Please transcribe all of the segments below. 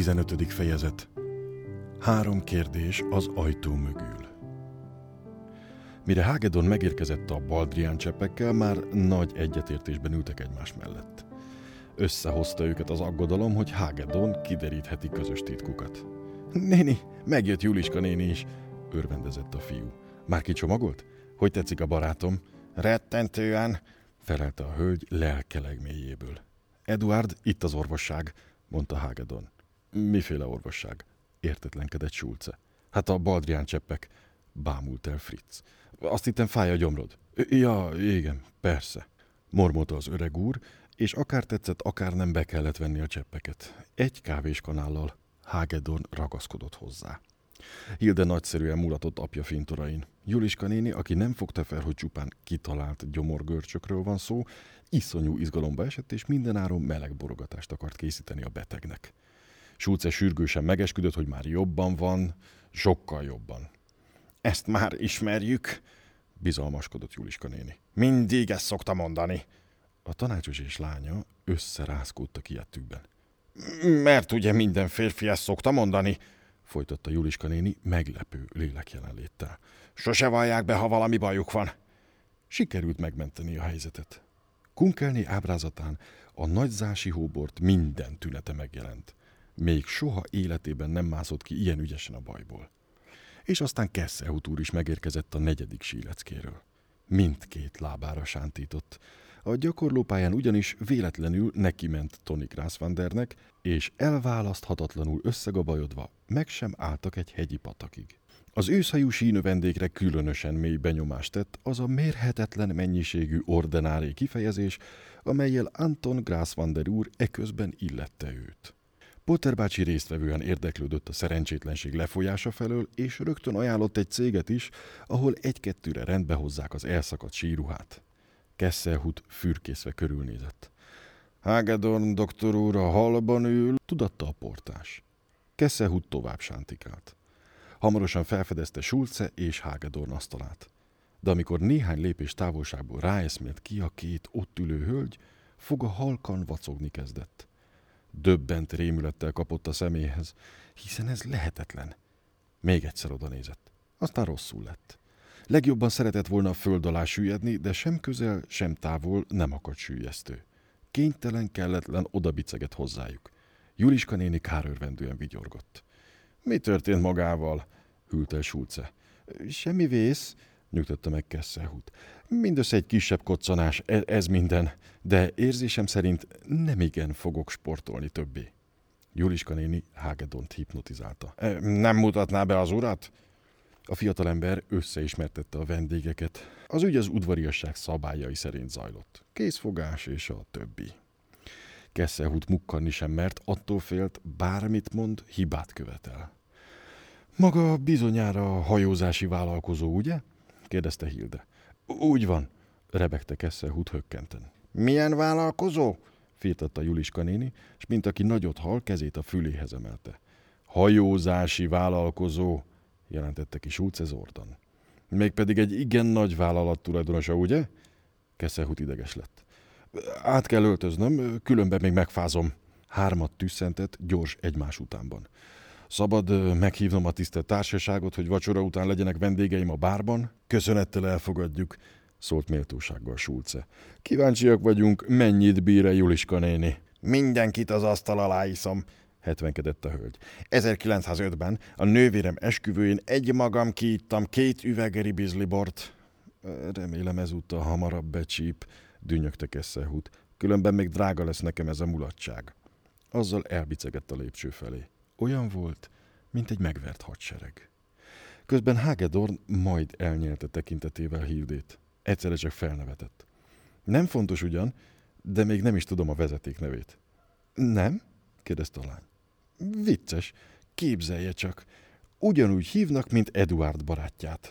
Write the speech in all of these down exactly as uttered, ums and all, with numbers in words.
tizenötödik fejezet. Három kérdés az ajtó mögül. Mire Hagedorn megérkezett a Baldrián cseppekkel, már nagy egyetértésben ültek egymás mellett. Összehozta őket az aggodalom, hogy Hagedorn kiderítheti közös titkukat. Néni, megjött Juliska néni is, örvendezett a fiú. Már kicsomagolt? Hogy tetszik a barátom? Rettentően, felelte a hölgy lelke legmélyéből. Eduard, itt az orvosság, mondta Hagedorn. Miféle orvosság? Értetlenkedett Schulze. Hát a Baldrián cseppek, bámult el Fritz. Azt hittem, fáj a gyomrod. Ja, igen, persze, mormolta az öreg úr, és akár tetszett, akár nem be kellett venni a cseppeket. Egy kávéskanállal Hagedorn ragaszkodott hozzá. Hilde nagyszerűen mulatott apja fintorain. Juliska néni, aki nem fogta fel, hogy csupán kitalált gyomorgörcsökről van szó, iszonyú izgalomba esett, és mindenáron meleg borogatást akart készíteni a betegnek. Schulze sürgősen megesküdött, hogy már jobban van, sokkal jobban. Ezt már ismerjük, bizalmaskodott Juliska néni. Mindig ezt szokta mondani. A tanácsos és lánya összerázkódtak ilyettükben. Mert ugye minden férfi ezt szokta mondani, folytatta Juliska néni meglepő lélekjelenléttel. Sose vallják be, ha valami bajuk van. Sikerült megmenteni a helyzetet. Kunkelné ábrázatán a nagyzási hóbort minden tünete megjelent. Még soha életében nem mászott ki ilyen ügyesen a bajból. És aztán Kesselhut úr is megérkezett a negyedik síleckéről. Mindkét lábára sántított. A gyakorlópályán ugyanis véletlenül nekiment Tony Graswandernek, és elválaszthatatlanul összegabajodva meg sem álltak egy hegyi patakig. Az őszhajú sínövendékre különösen mély benyomást tett az a mérhetetlen mennyiségű ordinári kifejezés, amellyel Anton Graswander úr eközben illette őt. Potter bácsi résztvevően érdeklődött a szerencsétlenség lefolyása felől, és rögtön ajánlott egy céget is, ahol egy-kettőre rendbe hozzák az elszakadt síruhát. Kesselhut fürkészve körülnézett. Hagedorn doktor úr a hallban ül, tudatta a portás. Kesselhut tovább sántikált. Hamarosan felfedezte Schulze és Hagedorn asztalát. De amikor néhány lépés távolságból ráeszmélt ki a két ott ülő hölgy, foga halkan vacogni kezdett. Döbbent rémülettel kapott a szeméhez, hiszen ez lehetetlen. Még egyszer odanézett. Aztán rosszul lett. Legjobban szeretett volna a föld alá süllyedni, de sem közel, sem távol nem akadt süllyesztő. Kénytelen, kelletlen odabicegett hozzájuk. Juliska néni kárörvendően vigyorgott. Mi történt magával? Hűlt el Schulze. Semmi vész, nyugtatta meg Kesselhut. Mindössze egy kisebb koccanás, ez minden, de érzésem szerint nemigen fogok sportolni többé. Juliska néni Hagedornt hipnotizálta. Nem mutatná be az urat? A fiatalember összeismertette a vendégeket. Az ügy az udvariasság szabályai szerint zajlott. Kézfogás és a többi. Kesselhut mukkanni sem mert, attól félt, bármit mond, hibát követel. Maga bizonyára hajózási vállalkozó, ugye? Kérdezte Hilde. Úgy van, rebegte Kesselhut hökkenten. Milyen vállalkozó? Firtatta Juliska néni, és mint aki nagyot hall, kezét a füléhez emelte. Hajózási vállalkozó, jelentette ki Schulze zordan. Mégpedig egy igen nagy vállalat tulajdonosa, ugye? Kesselhut ideges lett. Át kell öltöznöm, különben még megfázom. Hármat tüsszentett gyors egymás utánban. Szabad meghívnom a tisztelt társaságot, hogy vacsora után legyenek vendégeim a bárban? Köszönettel elfogadjuk, szólt méltósággal Schulze. Kíváncsiak vagyunk, mennyit bír-e Juliska néni? Mindenkit az asztal alá iszom, hetvenkedett a hölgy. ezerkilencszázötben a nővérem esküvőjén egymagam kiittam két üvegeri bizlibort. Remélem ezúttal hamarabb becsíp, dünnyögte Kesselhut. Különben még drága lesz nekem ez a mulatság. Azzal elbicegett a lépcső felé. Olyan volt, mint egy megvert hadsereg. Közben Hagedorn majd elnyelte tekintetével Hildét. Egyszerre csak felnevetett. Nem fontos ugyan, de még nem is tudom a vezeték nevét. Nem? Kérdezte a lány. Vicces, képzelje csak. Ugyanúgy hívnak, mint Eduard barátját.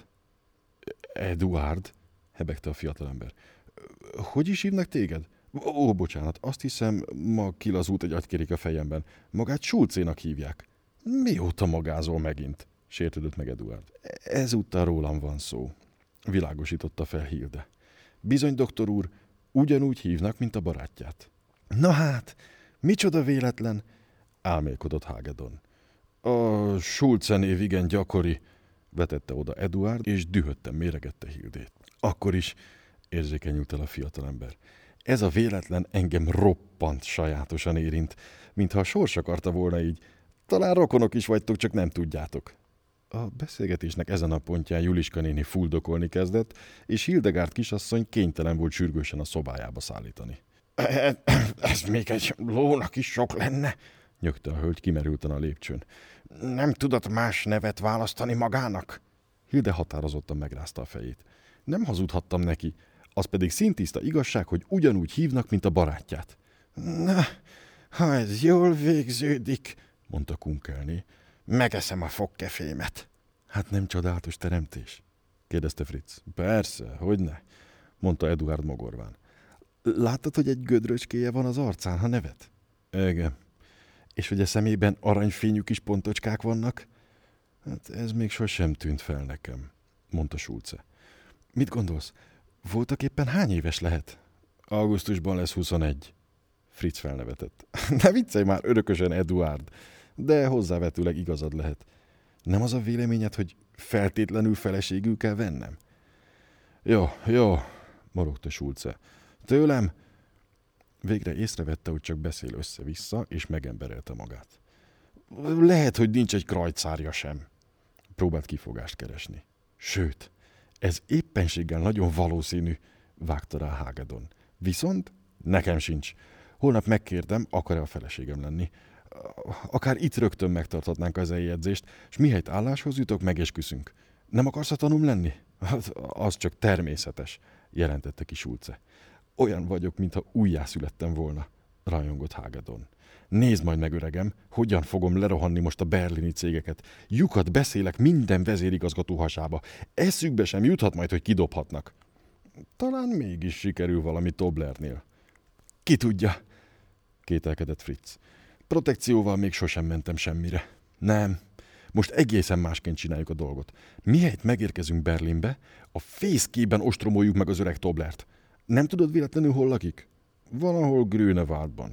Eduard? Hebegte a fiatalember. Hogy is hívnak téged? Ó, bocsánat, azt hiszem, ma kilazult egy agykérik a fejemben. Magát Schulzénak hívják. Mióta magázol megint? Sértődött meg Eduard. Ezúttal rólam van szó, világosította fel Hilde. Bizony, doktor úr, ugyanúgy hívnak, mint a barátját. Na hát, micsoda véletlen! Álmélkodott Hagedorn. A Schulze név igen gyakori, vetette oda Eduard, és dühötten méregette Hildét. Akkor is érzékenyült el a fiatalember. Ez a véletlen engem roppant sajátosan érint, mintha a sors akarta volna így. Talán rokonok is vagytok, csak nem tudjátok. A beszélgetésnek ezen a pontján Juliska néni fuldokolni kezdett, és Hildegard kisasszony kénytelen volt sürgősen a szobájába szállítani. Ez még egy lónak is sok lenne, nyögte a hölgy kimerülten a lépcsőn. Nem tudott más nevet választani magának? Hilde határozottan megrázta a fejét. Nem hazudhattam neki, az pedig szintiszta igazság, hogy ugyanúgy hívnak, mint a barátját. Na, ha ez jól végződik, mondta Kunkelné, megeszem a fogkefémet. Hát nem csodálatos teremtés? Kérdezte Fritz. Persze, hogyne, mondta Eduard mogorván. Láttad, hogy egy gödröcskéje van az arcán, ha nevet? Igen. És hogy a szemében aranyfényű kis pontocskák vannak? Hát ez még sosem tűnt fel nekem, mondta Schulze. Mit gondolsz? Voltak éppen hány éves lehet? Augusztusban lesz huszonegy. Fritz felnevetett. Ne viccelj már örökösen, Eduard, de hozzávetőleg igazad lehet. Nem az a véleményed, hogy feltétlenül feleségül kell vennem? Jó, jó, morogta Schulze. Tőlem? Végre észrevette, hogy csak beszél össze-vissza, és megemberelte magát. Lehet, hogy nincs egy krajcárja sem. Próbált kifogást keresni. Sőt, ez éppenséggel nagyon valószínű, vágta rá Hagedorn. Viszont nekem sincs. Holnap megkérdem, akar-e a feleségem lenni. Akár itt rögtön megtarthatnánk az eljegyzést, és mihelyt álláshoz jutok, megesküszünk. Nem akarsz a tanúm lenni? Az csak természetes, jelentette ki Schulze. Olyan vagyok, mintha újjászülettem volna, rajongott Hagedorn. Nézd majd meg, öregem, hogyan fogom lerohanni most a berlini cégeket. Lyukat beszélek minden vezérigazgató hasába. Eszükbe sem juthat majd, hogy kidobhatnak. Talán mégis sikerül valami Toblernél. Ki tudja, kételkedett Fritz. Protekcióval még sosem mentem semmire. Nem, most egészen másként csináljuk a dolgot. Mihelyt megérkezünk Berlinbe, a fészkében ostromoljuk meg az öreg Toblert. Nem tudod véletlenül, hol lakik? Valahol Grünewaldban.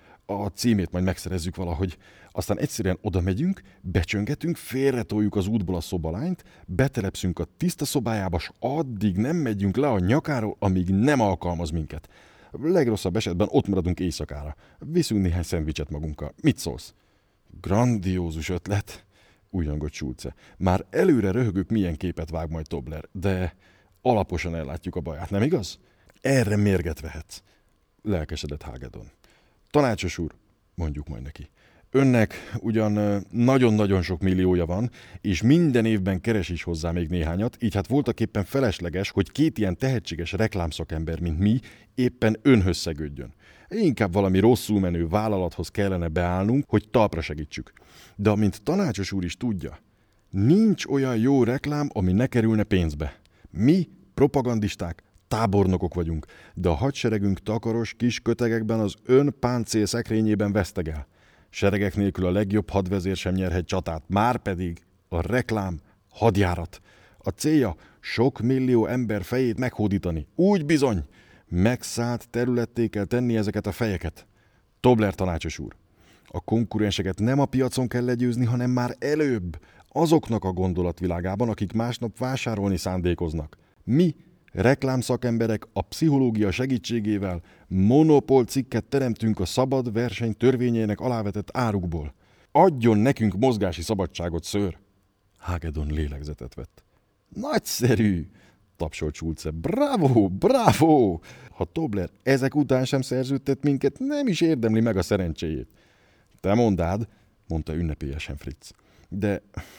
A címét majd megszerezzük valahogy. Aztán egyszerűen oda megyünk, becsöngetünk, félretoljuk az útból a szobalányt, betelepszünk a tiszta szobájába, s addig nem megyünk le a nyakáról, amíg nem alkalmaz minket. Legrosszabb esetben ott maradunk éjszakára. Viszünk néhány szendvicset magunkkal. Mit szólsz? Grandiózus ötlet, újjongott Schulze. Már előre röhögök, milyen képet vág majd Tobler, de alaposan ellátjuk a baját, nem igaz? Erre mérget vehetsz, lelkesedett Hagedorn. Tanácsos úr, mondjuk majd neki. Önnek ugyan nagyon-nagyon sok milliója van, és minden évben keres is hozzá még néhányat, így hát voltaképpen felesleges, hogy két ilyen tehetséges reklámszakember, mint mi, éppen önhöz szegődjön. Inkább valami rosszul menő vállalathoz kellene beállnunk, hogy talpra segítsük. De amint tanácsos úr is tudja, nincs olyan jó reklám, ami ne kerülne pénzbe. Mi, propagandisták, tábornokok vagyunk, de a hadseregünk takaros kis kötegekben az ön páncél szekrényében vesztegel. Seregek nélkül a legjobb hadvezér sem nyerhet csatát, márpedig a reklám hadjárat. A célja sok millió ember fejét meghódítani. Úgy bizony, megszállt területté kell tenni ezeket a fejeket. Tobler tanácsos úr, a konkurenseket nem a piacon kell legyőzni, hanem már előbb, azoknak a gondolatvilágában, akik másnap vásárolni szándékoznak. Mi, reklámszakemberek a pszichológia segítségével monopolcikket teremtünk a szabad verseny törvényének alávetett árukból. Adjon nekünk mozgási szabadságot, ször! Hagedorn lélegzetet vett. Nagyszerű! Tapsolt Schulze. Bravo, bravo! Ha Tobler ezek után sem szerződtet minket, nem is érdemli meg a szerencséjét. Te mondád, mondta ünnepélyesen Fritz. De,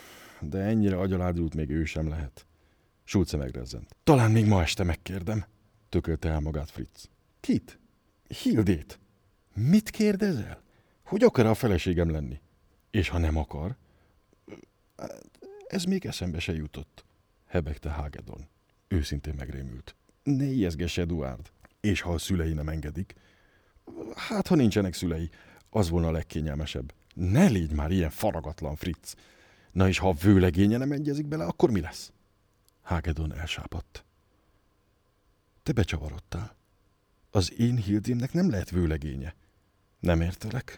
de ennyire agyaládult még ő sem lehet. Schulze megrezzent. Talán még ma este megkérdem, tökölte el magát Fritz. Kit? Hildét. Mit kérdezel? Hogy akar a feleségem lenni? És ha nem akar? Ez még eszembe se jutott, hebegte Hagedorn. Őszintén megrémült. Ne ijeszgess, Eduard. És ha a szülei nem engedik? Hát, ha nincsenek szülei, az volna a legkényelmesebb. Ne légy már ilyen faragatlan, Fritz. Na és ha a vőlegénye nem egyezik bele, akkor mi lesz? Hagedorn elsápadt. Te becsavarodtál. Az én Hildémnek nem lehet vőlegénye. Nem értelek?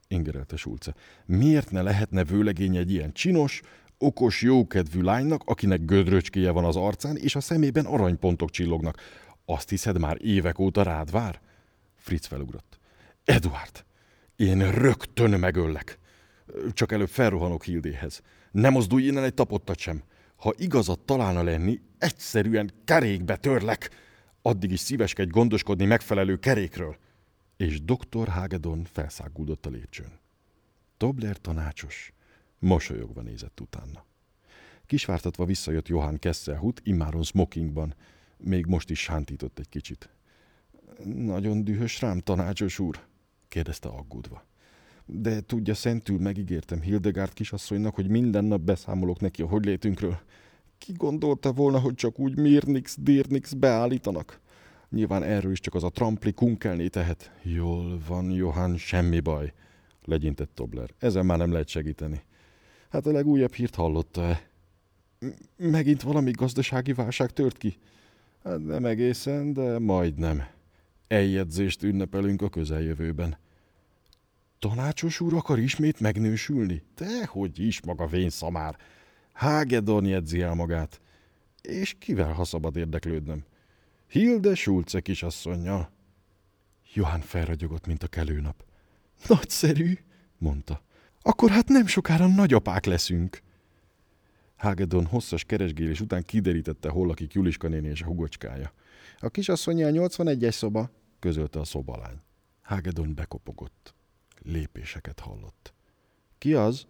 ingerelte Schulze. Miért ne lehetne vőlegény egy ilyen csinos, okos, jókedvű lánynak, akinek gödröcskéje van az arcán, és a szemében aranypontok csillognak? Azt hiszed, már évek óta rád vár? Fritz felugrott. Eduard, én rögtön megöllek. Csak előbb felrohanok Hildéhez. Ne mozdulj innen egy tapottat sem. Ha igazat találna lenni, egyszerűen kerékbe törlek. Addig is szíveskedj gondoskodni megfelelő kerékről. És doktor Hagedorn felszáguldott a lépcsőn. Tobler tanácsos mosolyogva nézett utána. Kisvártatva visszajött Johann Kesselhut, immáron smokingban. Még most is sántított egy kicsit. Nagyon dühös rám, tanácsos úr? Kérdezte aggódva. De tudja, szentül megígértem Hildegard kisasszonynak, hogy minden nap beszámolok neki a hogylétünkről. Ki gondolta volna, hogy csak úgy Mirnix, Dirnix beállítanak? Nyilván erről is csak az a trampli kunkelné tehet. Jól van, Johann, semmi baj, legyintett Tobler. Ezen már nem lehet segíteni. Hát a legújabb hírt hallotta-e? Megint valami gazdasági válság tört ki? Hát nem egészen, de majdnem. Eljegyzést ünnepelünk a közeljövőben. Tanácsos úr akar ismét megnősülni? Dehogy is, maga vén szamár. Hagedorn jegyzi el magát. És kivel, ha szabad érdeklődnöm? Hilde Schulze kisasszonnyal. Johann felragyogott, mint a kelőnap. Nagyszerű, mondta. Akkor hát nem sokára nagyapák leszünk. Hagedorn hosszas keresgélés után kiderítette, hol lakik Juliska néni és a hugocskája. A kisasszonnyal nyolcvanegyes szoba, közölte a szobalány. Hagedorn bekopogott. Lépéseket hallott. Ki az?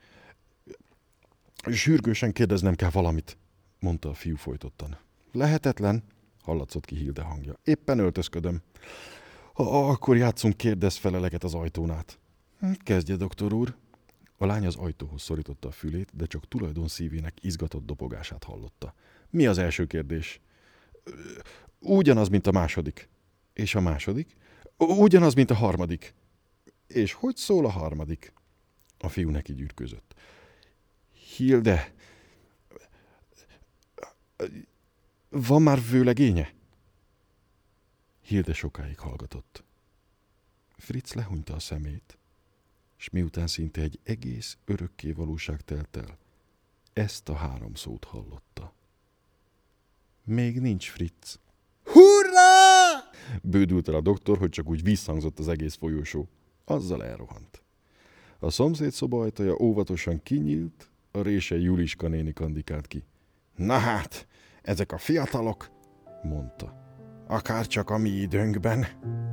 Sürgősen kérdeznem kell valamit, mondta a fiú folytottan. Lehetetlen, hallatszott ki Hilde hangja. Éppen öltözködöm. Ha akkor játszunk kérdezfeleleket az ajtón át. Kezdje, doktor úr. A lány az ajtóhoz szorította a fülét, de csak tulajdon szívének izgatott dobogását hallotta. Mi az első kérdés? Ugyanaz, mint a második. És a második? Ugyanaz, mint a harmadik. És hogy szól a harmadik? A fiú neki gyűrközött. Hilde, van már vőlegénye? Hilde sokáig hallgatott. Fritz lehúnyta a szemét, és miután szinte egy egész örökké valóság telt el, ezt a három szót hallotta. Még nincs, Fritz. Hurrá! Bődült el a doktor, hogy csak úgy visszhangzott az egész folyósó. Azzal elrohant. A szomszéd szoba ajtaja óvatosan kinyílt, a rése Juliska néni kandikált ki. Na hát, ezek a fiatalok, mondta. Akár csak a mi időnkben.